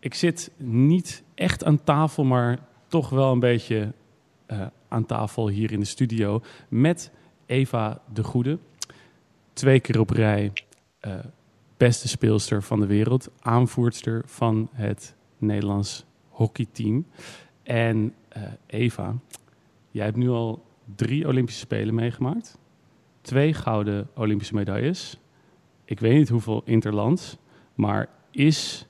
Ik zit niet echt aan tafel, maar toch wel een beetje aan tafel hier in de studio met Eva de Goede. 2 keer op rij beste speelster van de wereld, aanvoerster van het Nederlands hockeyteam. En Eva, jij hebt nu al 3 Olympische Spelen meegemaakt. 2 gouden Olympische medailles. Ik weet niet hoeveel interlands, maar is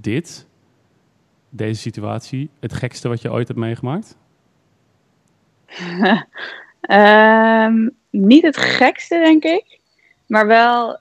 deze situatie het gekste wat je ooit hebt meegemaakt? Niet het gekste, denk ik. Maar wel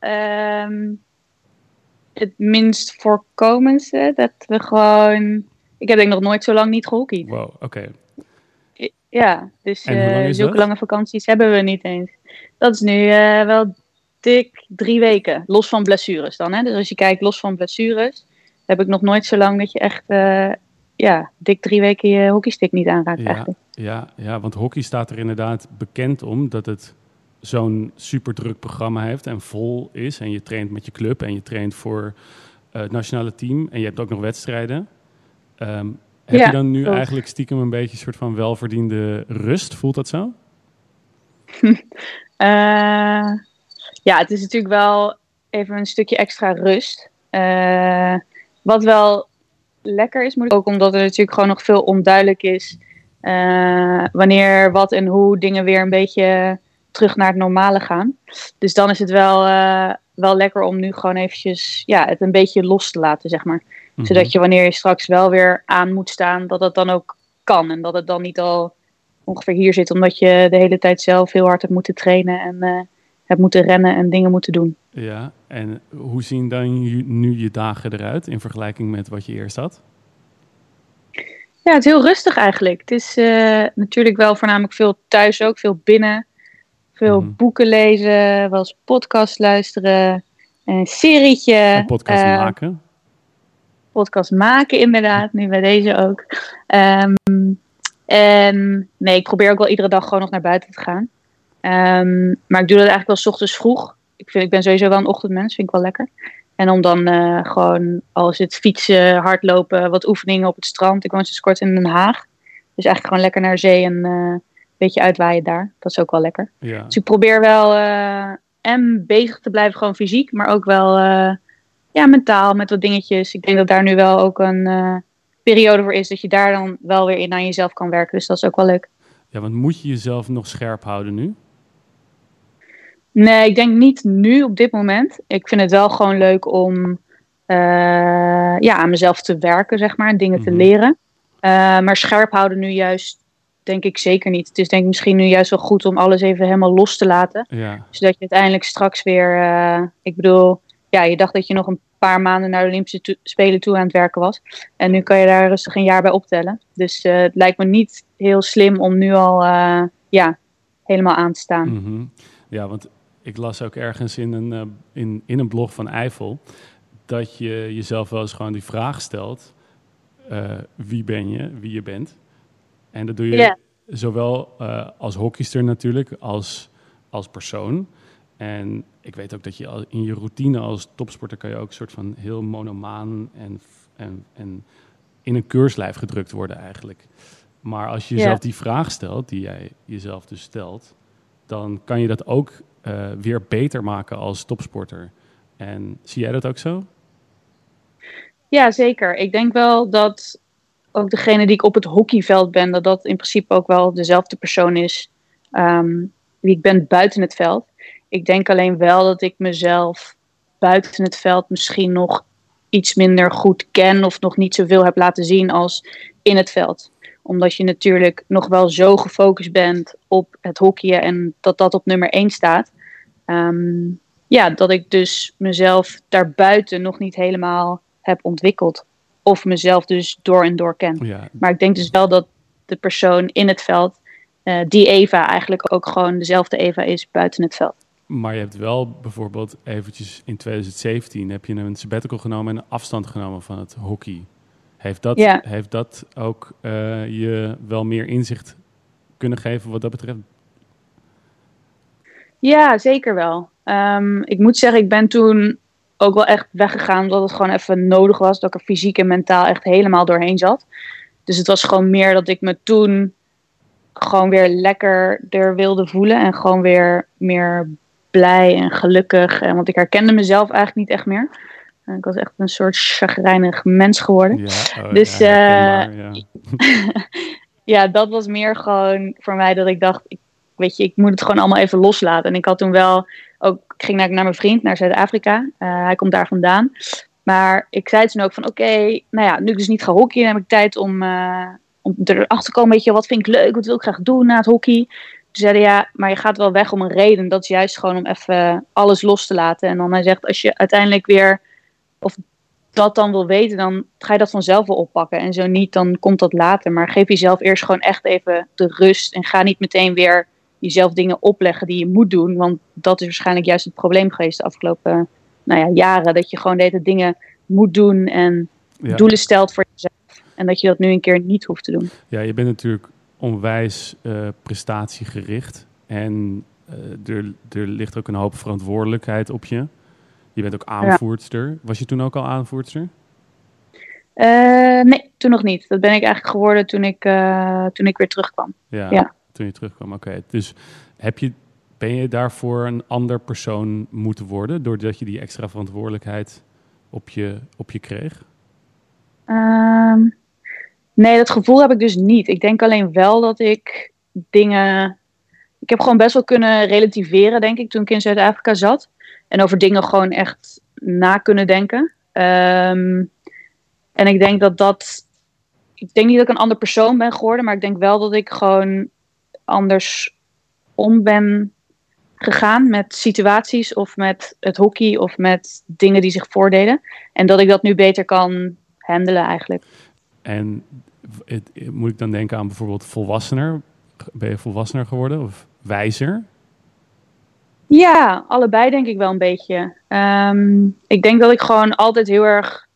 het minst voorkomendste. Dat we gewoon... Ik heb denk ik nog nooit zo lang niet gehockeyd. Wow, oké. Ja, dus En hoe lang is zulke dat? lange vakanties hebben we niet eens. Dat is nu wel dik 3 weken. Los van blessures dan. Hè? Dus als je kijkt los van blessures... heb ik nog nooit zo lang dat je echt... dik 3 weken je hockeystick niet aanraakt eigenlijk. Ja, want hockey staat er inderdaad bekend om dat het zo'n superdruk programma heeft en vol is. En je traint met je club en je traint voor het nationale team. En je hebt ook nog wedstrijden. Heb je dan nu klopt. eigenlijk stiekem een beetje een soort van welverdiende rust? Voelt dat zo? Het is natuurlijk wel even een stukje extra rust. Wat wel lekker is, ook omdat er natuurlijk gewoon nog veel onduidelijk is. Wanneer, wat en hoe dingen weer een beetje terug naar het normale gaan. Dus dan is het wel lekker om nu gewoon eventjes het een beetje los te laten, zeg maar. Mm-hmm. Zodat je wanneer je straks wel weer aan moet staan, dat het dan ook kan. En dat het dan niet al ongeveer hier zit, omdat je de hele tijd zelf heel hard hebt moeten trainen en hebt moeten rennen en dingen moeten doen. Ja, en hoe zien dan nu je dagen eruit in vergelijking met wat je eerst had? Ja, het is heel rustig eigenlijk. Het is natuurlijk wel voornamelijk veel thuis ook, veel binnen. Veel boeken lezen, wel eens podcast luisteren, een serietje. En podcast maken? Podcast maken inderdaad, nu bij deze ook. Ik probeer ook wel iedere dag gewoon nog naar buiten te gaan. Maar ik doe dat eigenlijk wel 's ochtends vroeg. Ik ben sowieso wel een ochtendmens, vind ik wel lekker. En om dan gewoon, als het fietsen, hardlopen, wat oefeningen op het strand. Ik woon sinds kort in Den Haag. Dus eigenlijk gewoon lekker naar zee en een beetje uitwaaien daar. Dat is ook wel lekker. Ja. Dus ik probeer wel bezig te blijven, gewoon fysiek. Maar ook wel mentaal met wat dingetjes. Ik denk dat daar nu wel ook een periode voor is. Dat je daar dan wel weer in aan jezelf kan werken. Dus dat is ook wel leuk. Ja, want moet je jezelf nog scherp houden nu? Nee, ik denk niet nu op dit moment. Ik vind het wel gewoon leuk om aan mezelf te werken, zeg maar. En dingen te leren. Maar scherp houden nu juist, denk ik zeker niet. Het is denk ik misschien nu juist wel goed om alles even helemaal los te laten. Ja. Zodat je uiteindelijk straks weer... je dacht dat je nog een paar maanden naar de Olympische Spelen toe aan het werken was. En nu kan je daar rustig een jaar bij optellen. Dus het lijkt me niet heel slim om nu al helemaal aan te staan. Mm-hmm. Ja, want ik las ook ergens in een blog van Eiffel dat je jezelf wel eens gewoon die vraag stelt: wie ben je, wie je bent? En dat doe je zowel als hockeyster natuurlijk als persoon. En ik weet ook dat je in je routine als topsporter kan je ook een soort van heel monomaan en in een keurslijf gedrukt worden eigenlijk. Maar als je jezelf die vraag stelt, die jij jezelf dus stelt, dan kan je dat ook weer beter maken als topsporter. En zie jij dat ook zo? Ja, zeker. Ik denk wel dat ook degene die ik op het hockeyveld ben, dat in principe ook wel dezelfde persoon is wie ik ben buiten het veld. Ik denk alleen wel dat ik mezelf buiten het veld misschien nog iets minder goed ken of nog niet zoveel heb laten zien als in het veld. Omdat je natuurlijk nog wel zo gefocust bent op het hockeyen en dat op nummer 1 staat. Dat ik dus mezelf daarbuiten nog niet helemaal heb ontwikkeld. Of mezelf dus door en door ken. Ja. Maar ik denk dus wel dat de persoon in het veld, die Eva, eigenlijk ook gewoon dezelfde Eva is buiten het veld. Maar je hebt wel bijvoorbeeld eventjes in 2017 heb je een sabbatical genomen en een afstand genomen van het hockey. Heeft dat ook je wel meer inzicht kunnen geven wat dat betreft? Ja, zeker wel. Ik moet zeggen, ik ben toen ook wel echt weggegaan omdat het gewoon even nodig was. Dat ik er fysiek en mentaal echt helemaal doorheen zat. Dus het was gewoon meer dat ik me toen gewoon weer lekkerder wilde voelen. En gewoon weer meer blij en gelukkig. Want ik herkende mezelf eigenlijk niet echt meer. Ik was echt een soort chagrijnig mens geworden. Ja, dus ja. ja, dat was meer gewoon voor mij dat ik dacht, ik moet het gewoon allemaal even loslaten. En ik had toen wel ook, ik ging naar mijn vriend naar Zuid-Afrika. Hij komt daar vandaan. Maar ik zei toen ook van oké, nou ja, nu ik dus niet ga hockeyen, dan heb ik tijd om erachter te komen, weet je, wat vind ik leuk, wat wil ik graag doen na het hockey. Toen zeiden ja, maar je gaat wel weg om een reden. Dat is juist gewoon om even alles los te laten. En dan hij zegt, als je uiteindelijk weer, of dat dan wil weten, dan ga je dat vanzelf wel oppakken. En zo niet, dan komt dat later. Maar geef jezelf eerst gewoon echt even de rust. En ga niet meteen weer jezelf dingen opleggen die je moet doen. Want dat is waarschijnlijk juist het probleem geweest de afgelopen jaren. Dat je gewoon deze dingen moet doen en doelen stelt voor jezelf. En dat je dat nu een keer niet hoeft te doen. Ja, je bent natuurlijk onwijs prestatiegericht. En er ligt ook een hoop verantwoordelijkheid op je. Je bent ook aanvoerster. Ja. Was je toen ook al aanvoerster? Nee, toen nog niet. Dat ben ik eigenlijk geworden toen ik weer terugkwam. Ja. Toen je terugkwam. Oké. Dus ben je daarvoor een ander persoon moeten worden, doordat je die extra verantwoordelijkheid op je kreeg? Nee, dat gevoel heb ik dus niet. Ik denk alleen wel dat ik dingen... Ik heb gewoon best wel kunnen relativeren, denk ik, toen ik in Zuid-Afrika zat. En over dingen gewoon echt na kunnen denken. En ik denk ik denk niet dat ik een ander persoon ben geworden, maar ik denk wel dat ik gewoon anders om ben gegaan met situaties of met het hockey of met dingen die zich voordeden. En dat ik dat nu beter kan handelen eigenlijk. En moet ik dan denken aan bijvoorbeeld volwassener? Ben je volwassener geworden of wijzer? Ja, allebei denk ik wel een beetje. Ik denk dat ik gewoon altijd heel erg...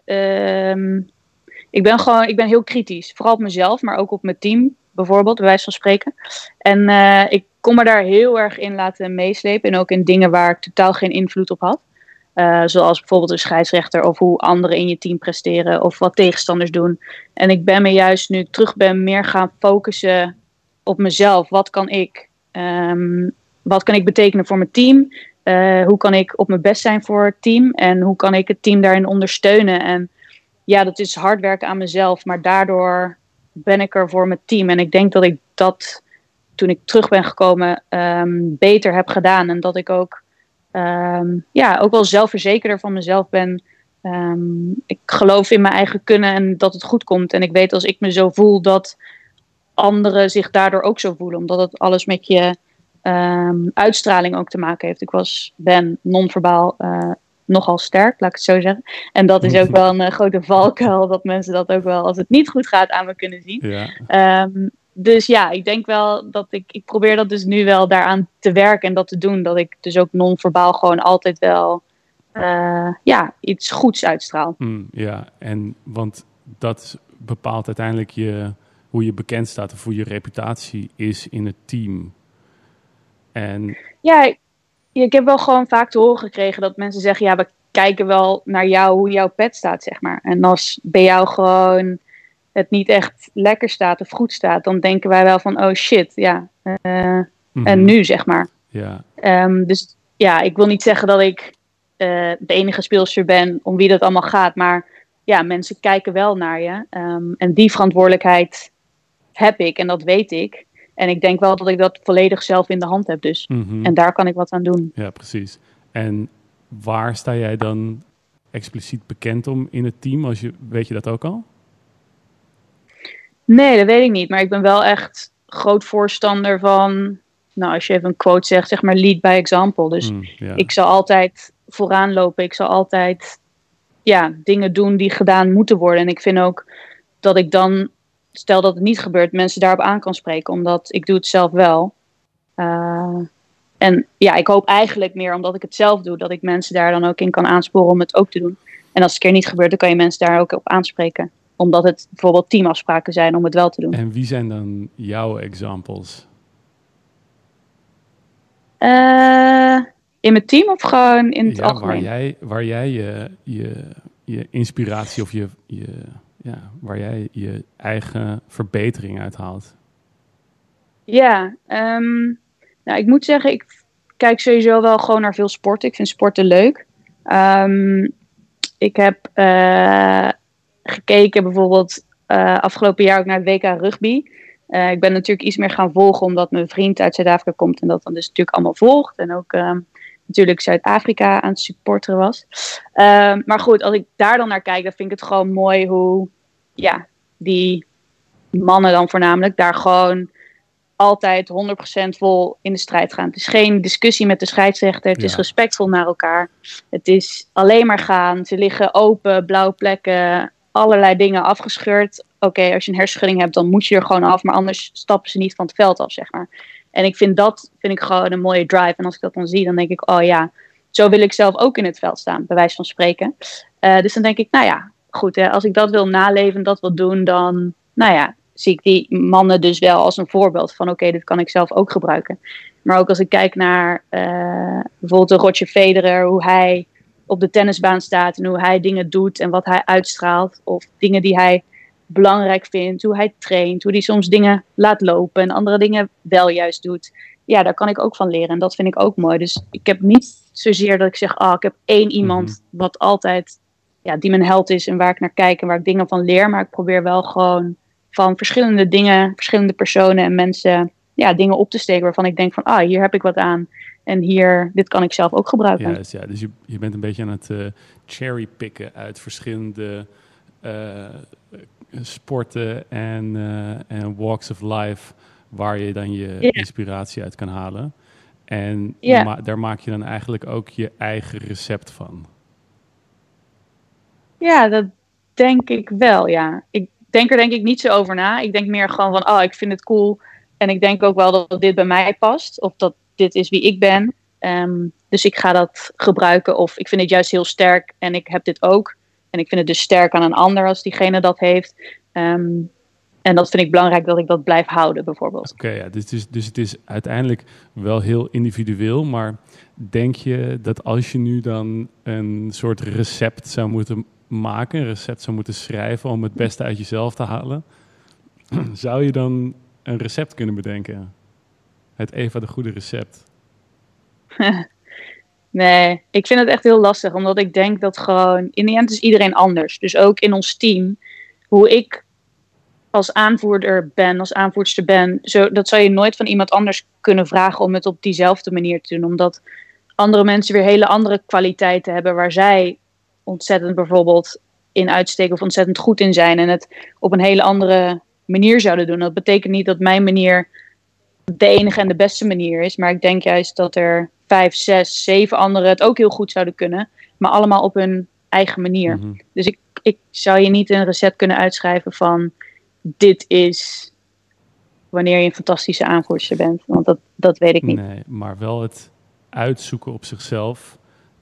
Ik ben heel kritisch. Vooral op mezelf, maar ook op mijn team bijvoorbeeld, bij wijze van spreken. En ik kon me daar heel erg in laten meeslepen. En ook in dingen waar ik totaal geen invloed op had. Zoals bijvoorbeeld een scheidsrechter of hoe anderen in je team presteren of wat tegenstanders doen. En ik ben me juist, nu ik terug ben, meer gaan focussen op mezelf. Wat kan ik? Wat kan ik betekenen voor mijn team? Hoe kan ik op mijn best zijn voor het team? En hoe kan ik het team daarin ondersteunen? En ja, dat is hard werken aan mezelf. Maar daardoor ben ik er voor mijn team. En ik denk dat ik dat, toen ik terug ben gekomen, beter heb gedaan. En dat ik ook, ook wel zelfverzekerder van mezelf ben. Ik geloof in mijn eigen kunnen en dat het goed komt. En ik weet als ik me zo voel, dat anderen zich daardoor ook zo voelen. Omdat het alles met je uitstraling ook te maken heeft. Ik ben non-verbaal nogal sterk, laat ik het zo zeggen. En dat is ook wel een grote valkuil, dat mensen dat ook wel, als het niet goed gaat, aan me kunnen zien. Ja. Dus ja, ik denk wel dat ik probeer dat dus nu wel daaraan te werken en dat te doen. Dat ik dus ook non-verbaal gewoon altijd wel iets goeds uitstraal. Ja, want dat bepaalt uiteindelijk hoe je bekend staat of hoe je reputatie is in het team. En... Ja, ik heb wel gewoon vaak te horen gekregen dat mensen zeggen, ja, we kijken wel naar jou, hoe jouw pet staat, zeg maar. En als bij jou gewoon het niet echt lekker staat of goed staat, dan denken wij wel van, oh shit, ja. En nu, zeg maar. Ja. Dus ja, ik wil niet zeggen dat ik de enige speelster ben om wie dat allemaal gaat, maar ja, mensen kijken wel naar je. En die verantwoordelijkheid heb ik en dat weet ik. En ik denk wel dat ik dat volledig zelf in de hand heb dus. En daar kan ik wat aan doen. Ja, precies. En waar sta jij dan expliciet bekend om in het team? Weet je dat ook al? Nee, dat weet ik niet. Maar ik ben wel echt groot voorstander van... Nou, als je even een quote zegt, zeg maar lead by example. Dus ik zal altijd vooraan lopen. Ik zal altijd dingen doen die gedaan moeten worden. En ik vind ook dat ik dan... Stel dat het niet gebeurt, mensen daarop aan kan spreken. Omdat ik doe het zelf wel. En ja, ik hoop eigenlijk meer omdat ik het zelf doe, dat ik mensen daar dan ook in kan aansporen om het ook te doen. En als het een keer niet gebeurt, dan kan je mensen daar ook op aanspreken. Omdat het bijvoorbeeld teamafspraken zijn om het wel te doen. En wie zijn dan jouw examples? In mijn team of gewoon in het Ja, algemeen? waar jij je inspiratie of waar jij je eigen verbetering uithaalt. Ja, nou, ik moet zeggen, ik kijk sowieso wel gewoon naar veel sporten. Ik vind sporten leuk. Ik heb gekeken bijvoorbeeld afgelopen jaar ook naar het WK rugby. Ik ben natuurlijk iets meer gaan volgen omdat mijn vriend uit Zuid-Afrika komt en dat dan dus natuurlijk allemaal volgt. En ook natuurlijk Zuid-Afrika aan het supporteren was. Maar goed, als ik daar dan naar kijk, dan vind ik het gewoon mooi hoe ja, die mannen dan voornamelijk daar gewoon altijd 100% vol in de strijd gaan. Het is geen discussie met de scheidsrechter. Het is respectvol naar elkaar. Het is alleen maar gaan. Ze liggen open, blauwe plekken, allerlei dingen afgescheurd. Oké, als je een hersenschudding hebt, dan moet je er gewoon af. Maar anders stappen ze niet van het veld af, zeg maar. En ik vind ik gewoon een mooie drive. En als ik dat dan zie, dan denk ik, oh ja, zo wil ik zelf ook in het veld staan, bij wijze van spreken. Dus dan denk ik, nou ja, goed, hè, als ik dat wil naleven, dat wil doen, dan, nou ja, zie ik die mannen dus wel als een voorbeeld van oké, dit kan ik zelf ook gebruiken. Maar ook als ik kijk naar bijvoorbeeld de Roger Federer, hoe hij op de tennisbaan staat en hoe hij dingen doet en wat hij uitstraalt. Of dingen die hij belangrijk vindt, hoe hij traint, hoe hij soms dingen laat lopen en andere dingen wel juist doet. Ja, daar kan ik ook van leren en dat vind ik ook mooi. Dus ik heb niet zozeer dat ik zeg, ik heb één iemand wat altijd, die mijn held is en waar ik naar kijk en waar ik dingen van leer. Maar ik probeer wel gewoon van verschillende dingen, verschillende personen en mensen, dingen op te steken waarvan ik denk van, hier heb ik wat aan. En dit kan ik zelf ook gebruiken. Dus je bent een beetje aan het cherrypicken uit verschillende sporten en walks of life waar je dan je inspiratie uit kan halen. En daar maak je dan eigenlijk ook je eigen recept van. Ja, dat denk ik wel, ja. Ik denk er denk ik niet zo over na. Ik denk meer gewoon van, ik vind het cool. En ik denk ook wel dat dit bij mij past. Of dat dit is wie ik ben. Dus ik ga dat gebruiken. Of ik vind het juist heel sterk en ik heb dit ook. En ik vind het dus sterk aan een ander als diegene dat heeft. En dat vind ik belangrijk dat ik dat blijf houden, bijvoorbeeld. Oké, dus het is uiteindelijk wel heel individueel. Maar denk je dat als je nu dan een soort recept zou moeten maken, een recept zou moeten schrijven om het beste uit jezelf te halen, zou je dan een recept kunnen bedenken? Het Eva de Goede recept. Nee, ik vind het echt heel lastig, omdat ik denk dat gewoon, in de end is iedereen anders. Dus ook in ons team, hoe ik als aanvoerder ben, als aanvoerster ben, dat zou je nooit van iemand anders kunnen vragen om het op diezelfde manier te doen. Omdat andere mensen weer hele andere kwaliteiten hebben waar zij ontzettend bijvoorbeeld in uitsteken of ontzettend goed in zijn en het op een hele andere manier zouden doen. Dat betekent niet dat mijn manier de enige en de beste manier is, maar ik denk juist dat er 5, 6, 7 anderen het ook heel goed zouden kunnen, maar allemaal op hun eigen manier. Mm-hmm. Dus ik zou je niet een recept kunnen uitschrijven van dit is wanneer je een fantastische aanvoerster bent, want dat weet ik niet. Nee, maar wel het uitzoeken op zichzelf.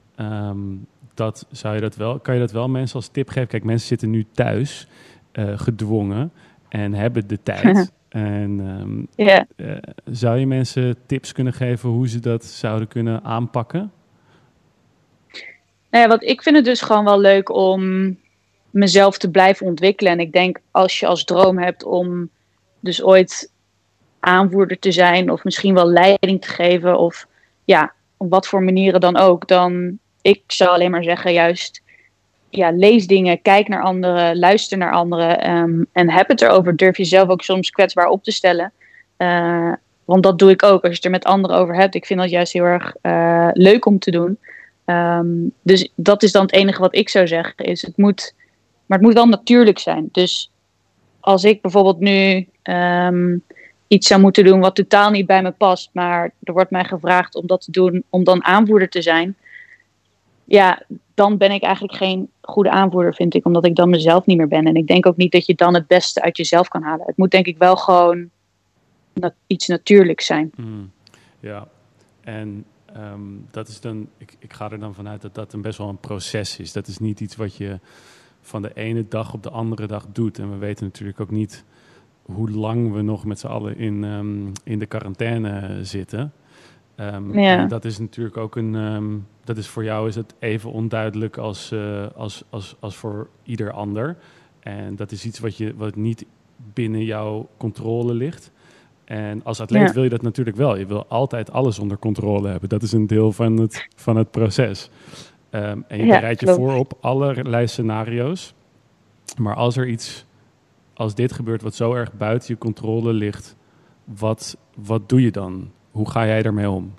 Kan je dat wel mensen als tip geven? Kijk, mensen zitten nu thuis gedwongen en hebben de tijd. En zou je mensen tips kunnen geven hoe ze dat zouden kunnen aanpakken? Nou ja, want ik vind het dus gewoon wel leuk om mezelf te blijven ontwikkelen. En ik denk als je als droom hebt om dus ooit aanvoerder te zijn of misschien wel leiding te geven of op wat voor manieren dan ook, dan ik zou alleen maar zeggen juist lees dingen, kijk naar anderen, luister naar anderen en heb het erover. Durf jezelf ook soms kwetsbaar op te stellen. Want dat doe ik ook als je het er met anderen over hebt. Ik vind dat juist heel erg leuk om te doen. Dus dat is dan het enige wat ik zou zeggen. Maar het moet wel natuurlijk zijn. Dus als ik bijvoorbeeld nu iets zou moeten doen wat totaal niet bij me past, maar er wordt mij gevraagd om dat te doen, om dan aanvoerder te zijn, dan ben ik eigenlijk geen goede aanvoerder, vind ik, omdat ik dan mezelf niet meer ben. En ik denk ook niet dat je dan het beste uit jezelf kan halen. Het moet denk ik wel gewoon iets natuurlijks zijn. Ja, en dat is dan, ik ga er dan vanuit dat dat een best wel een proces is. Dat is niet iets wat je van de ene dag op de andere dag doet. En we weten natuurlijk ook niet hoe lang we nog met z'n allen in de quarantaine zitten. En dat is natuurlijk ook dat is voor jou is het even onduidelijk als voor ieder ander. En dat is iets wat niet binnen jouw controle ligt. En als atleet wil je dat natuurlijk wel. Je wil altijd alles onder controle hebben. Dat is een deel van het proces. En je bereidt je voor op allerlei scenario's. Maar als dit gebeurt wat zo erg buiten je controle ligt, wat doe je dan? Hoe ga jij daarmee om?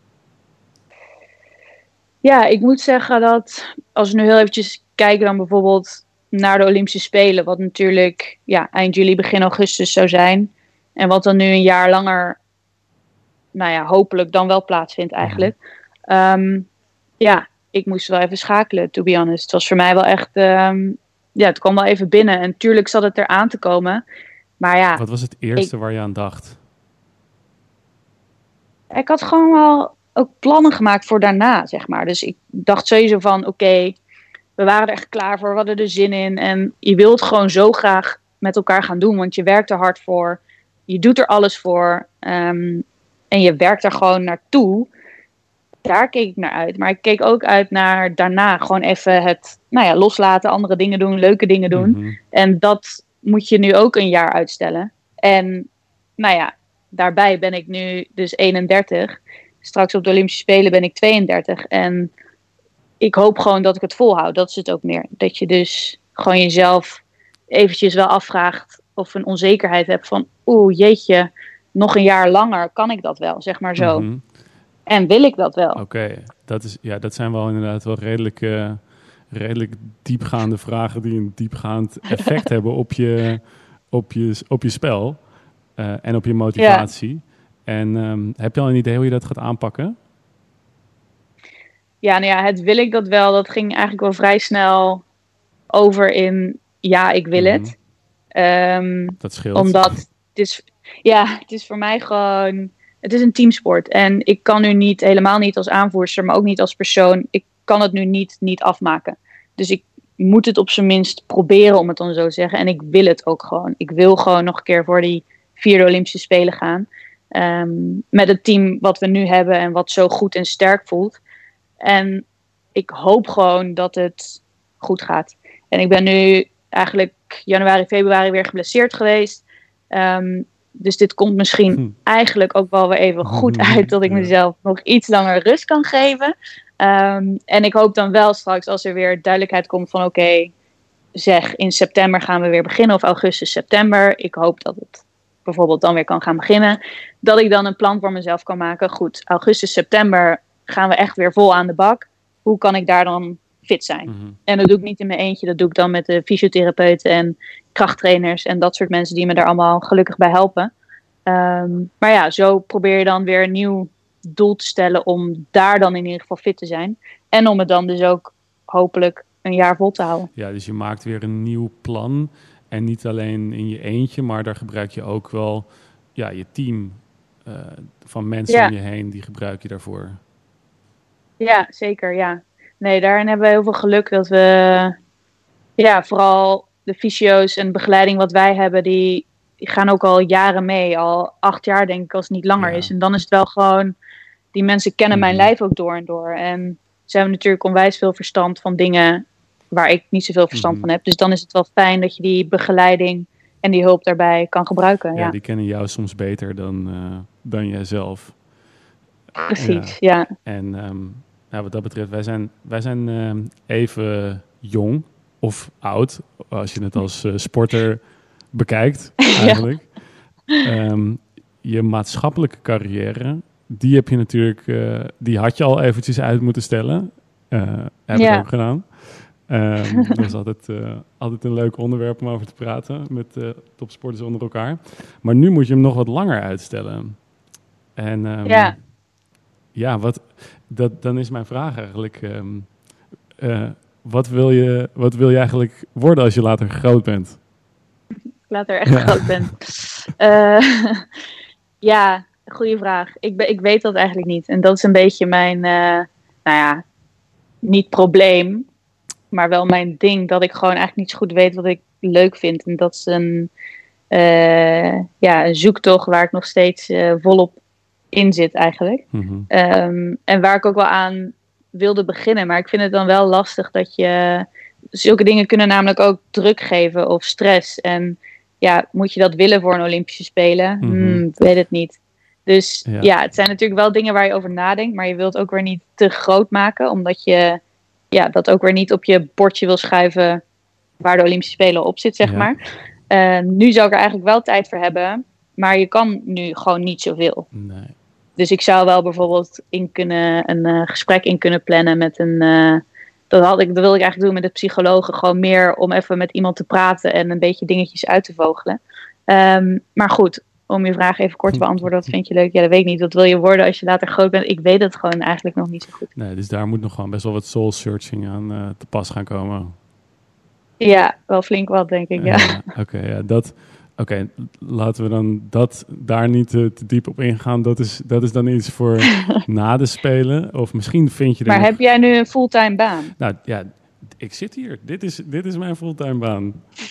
Ja, ik moet zeggen dat als we nu heel eventjes kijken dan bijvoorbeeld naar de Olympische Spelen, wat natuurlijk eind juli, begin augustus zou zijn. En wat dan nu een jaar langer, hopelijk dan wel plaatsvindt eigenlijk. Ik moest wel even schakelen, to be honest. Het was voor mij wel echt, het kwam wel even binnen. En tuurlijk zat het eraan te komen. Maar ja. Wat was het eerste waar je aan dacht? Ik had gewoon wel ook plannen gemaakt voor daarna, zeg maar. Dus ik dacht sowieso van, oké, we waren er echt klaar voor. We hadden er zin in. En je wilt gewoon zo graag met elkaar gaan doen. Want je werkt er hard voor. Je doet er alles voor. En je werkt er gewoon naartoe. Daar keek ik naar uit. Maar ik keek ook uit naar daarna. Gewoon even het loslaten. Andere dingen doen. Leuke dingen doen. Mm-hmm. En dat moet je nu ook een jaar uitstellen. En daarbij ben ik nu dus 31. Straks op de Olympische Spelen ben ik 32. En ik hoop gewoon dat ik het volhoud. Dat is het ook meer. Dat je dus gewoon jezelf eventjes wel afvraagt of een onzekerheid hebt van jeetje, nog een jaar langer kan ik dat wel, zeg maar zo. Mm-hmm. En wil ik dat wel? Oké. Dat zijn wel inderdaad wel redelijk diepgaande vragen die een diepgaand effect hebben op je spel en op je motivatie. Ja. En heb je al een idee hoe je dat gaat aanpakken? Ja, het wil ik dat wel. Dat ging eigenlijk wel vrij snel over in ik wil het. Dat scheelt. Omdat het is voor mij gewoon, het is een teamsport. En ik kan nu helemaal niet als aanvoerster, maar ook niet als persoon, ik kan het nu niet afmaken. Dus ik moet het op zijn minst proberen, om het dan zo te zeggen. En ik wil het ook gewoon. Ik wil gewoon nog een keer voor die 4e Olympische Spelen gaan. Met het team wat we nu hebben en wat zo goed en sterk voelt. En ik hoop gewoon dat het goed gaat. En ik ben nu eigenlijk januari, februari weer geblesseerd geweest. Dus dit komt misschien eigenlijk ook wel weer even goed uit, dat ik mezelf nog iets langer rust kan geven. En ik hoop dan wel straks, als er weer duidelijkheid komt van oké, zeg in september gaan we weer beginnen, of augustus, september. Ik hoop dat het bijvoorbeeld dan weer kan gaan beginnen. Dat ik dan een plan voor mezelf kan maken. Goed, augustus, september gaan we echt weer vol aan de bak. Hoe kan ik daar dan fit zijn? Mm-hmm. En dat doe ik niet in mijn eentje. Dat doe ik dan met de fysiotherapeuten en krachttrainers en dat soort mensen die me daar allemaal gelukkig bij helpen. Maar zo probeer je dan weer een nieuw doel te stellen om daar dan in ieder geval fit te zijn. En om het dan dus ook hopelijk een jaar vol te houden. Ja, dus je maakt weer een nieuw plan. En niet alleen in je eentje, maar daar gebruik je ook wel je team van mensen om je heen. Die gebruik je daarvoor. Ja, zeker, ja. Nee, daarin hebben we heel veel geluk dat we vooral de fysio's en begeleiding wat wij hebben, die gaan ook al jaren mee. Al 8 jaar denk ik, als het niet langer is. En dan is het wel gewoon, die mensen kennen mijn lijf ook door en door. En ze hebben natuurlijk onwijs veel verstand van dingen waar ik niet zoveel verstand van heb. Dus dan is het wel fijn dat je die begeleiding en die hulp daarbij kan gebruiken. Ja, die kennen jou soms beter dan jijzelf. Precies, ja. En wat dat betreft, wij zijn even jong of oud, als je het als sporter bekijkt eigenlijk. Je maatschappelijke carrière, die heb je natuurlijk, die had je al eventjes uit moeten stellen. Heb ik ook gedaan. Dat is altijd een leuk onderwerp om over te praten met topsporters onder elkaar. Maar nu moet je hem nog wat langer uitstellen. En dan is mijn vraag eigenlijk, wat wil je eigenlijk worden als je later groot bent? Later echt groot ben. Goede vraag. Ik weet dat eigenlijk niet. En dat is een beetje mijn, niet probleem, maar wel mijn ding, dat ik gewoon eigenlijk niet zo goed weet wat ik leuk vind. En dat is een zoektocht waar ik nog steeds volop in zit eigenlijk. Mhm. En waar ik ook wel aan wilde beginnen. Maar ik vind het dan wel lastig dat je... Zulke dingen kunnen namelijk ook druk geven of stress. En ja, moet je dat willen voor een Olympische Spelen? Ik weet het niet. Dus ja, het zijn natuurlijk wel dingen waar je over nadenkt. Maar je wilt ook weer niet te groot maken. Omdat je dat ook weer niet op je bordje wil schuiven waar de Olympische Spelen op zit, zeg maar. Nu zou ik er eigenlijk wel tijd voor hebben. Maar je kan nu gewoon niet zoveel. Nee. Dus ik zou wel bijvoorbeeld een gesprek in kunnen plannen met een... Dat wilde ik eigenlijk doen met de psychologen. Gewoon meer om even met iemand te praten en een beetje dingetjes uit te vogelen. Maar goed, om je vraag even kort te beantwoorden. Wat vind je leuk? Ja, dat weet ik niet. Wat wil je worden als je later groot bent? Ik weet het gewoon eigenlijk nog niet zo goed. Nee, dus daar moet nog gewoon best wel wat soul-searching aan te pas gaan komen. Ja, wel flink wat, denk ik, ja. Oké, laten we dan daar niet te diep op ingaan. Dat is dan iets voor na de Spelen. Of misschien vind je er Maar heb jij nu een fulltime baan? Nou ja, ik zit hier. Dit is mijn fulltime baan.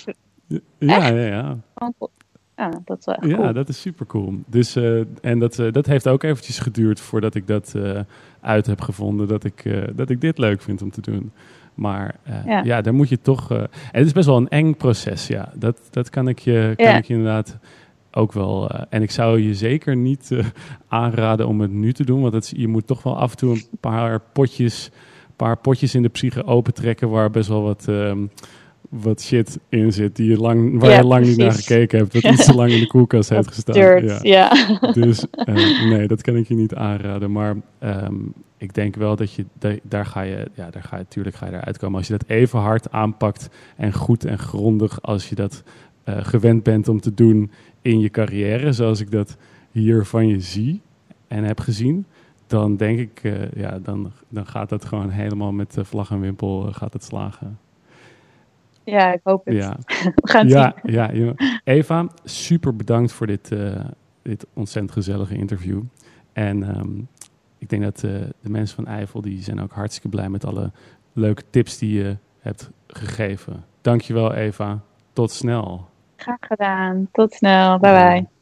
Ja. Dat is wel cool. Ja, dat is super cool. Dus, en dat heeft ook eventjes geduurd voordat ik dat uit heb gevonden. Dat ik dit leuk vind om te doen. Maar daar moet je toch... en het is best wel een eng proces, ja. Dat kan ik je inderdaad ook wel... en ik zou je zeker niet aanraden om het nu te doen. Want je moet toch wel af en toe een paar potjes in de psyche opentrekken... waar best wel wat shit in zit waar je lang niet naar gekeken hebt. Dat iets te lang in de koelkast heeft gestaan. Dus nee, dat kan ik je niet aanraden. Maar ik denk wel dat je daar ga je eruit komen. Als je dat even hard aanpakt en goed en grondig als je dat gewend bent om te doen in je carrière, zoals ik dat hier van je zie en heb gezien, dan denk ik, dan gaat dat gewoon helemaal met vlag en wimpel gaat het slagen. Ja, ik hoop het. Ja. We gaan het zien. Ja. Eva, super bedankt voor dit ontzettend gezellige interview. En ik denk dat de mensen van Eifel, die zijn ook hartstikke blij met alle leuke tips die je hebt gegeven. Dankjewel, Eva. Tot snel. Graag gedaan. Tot snel. Bye bye.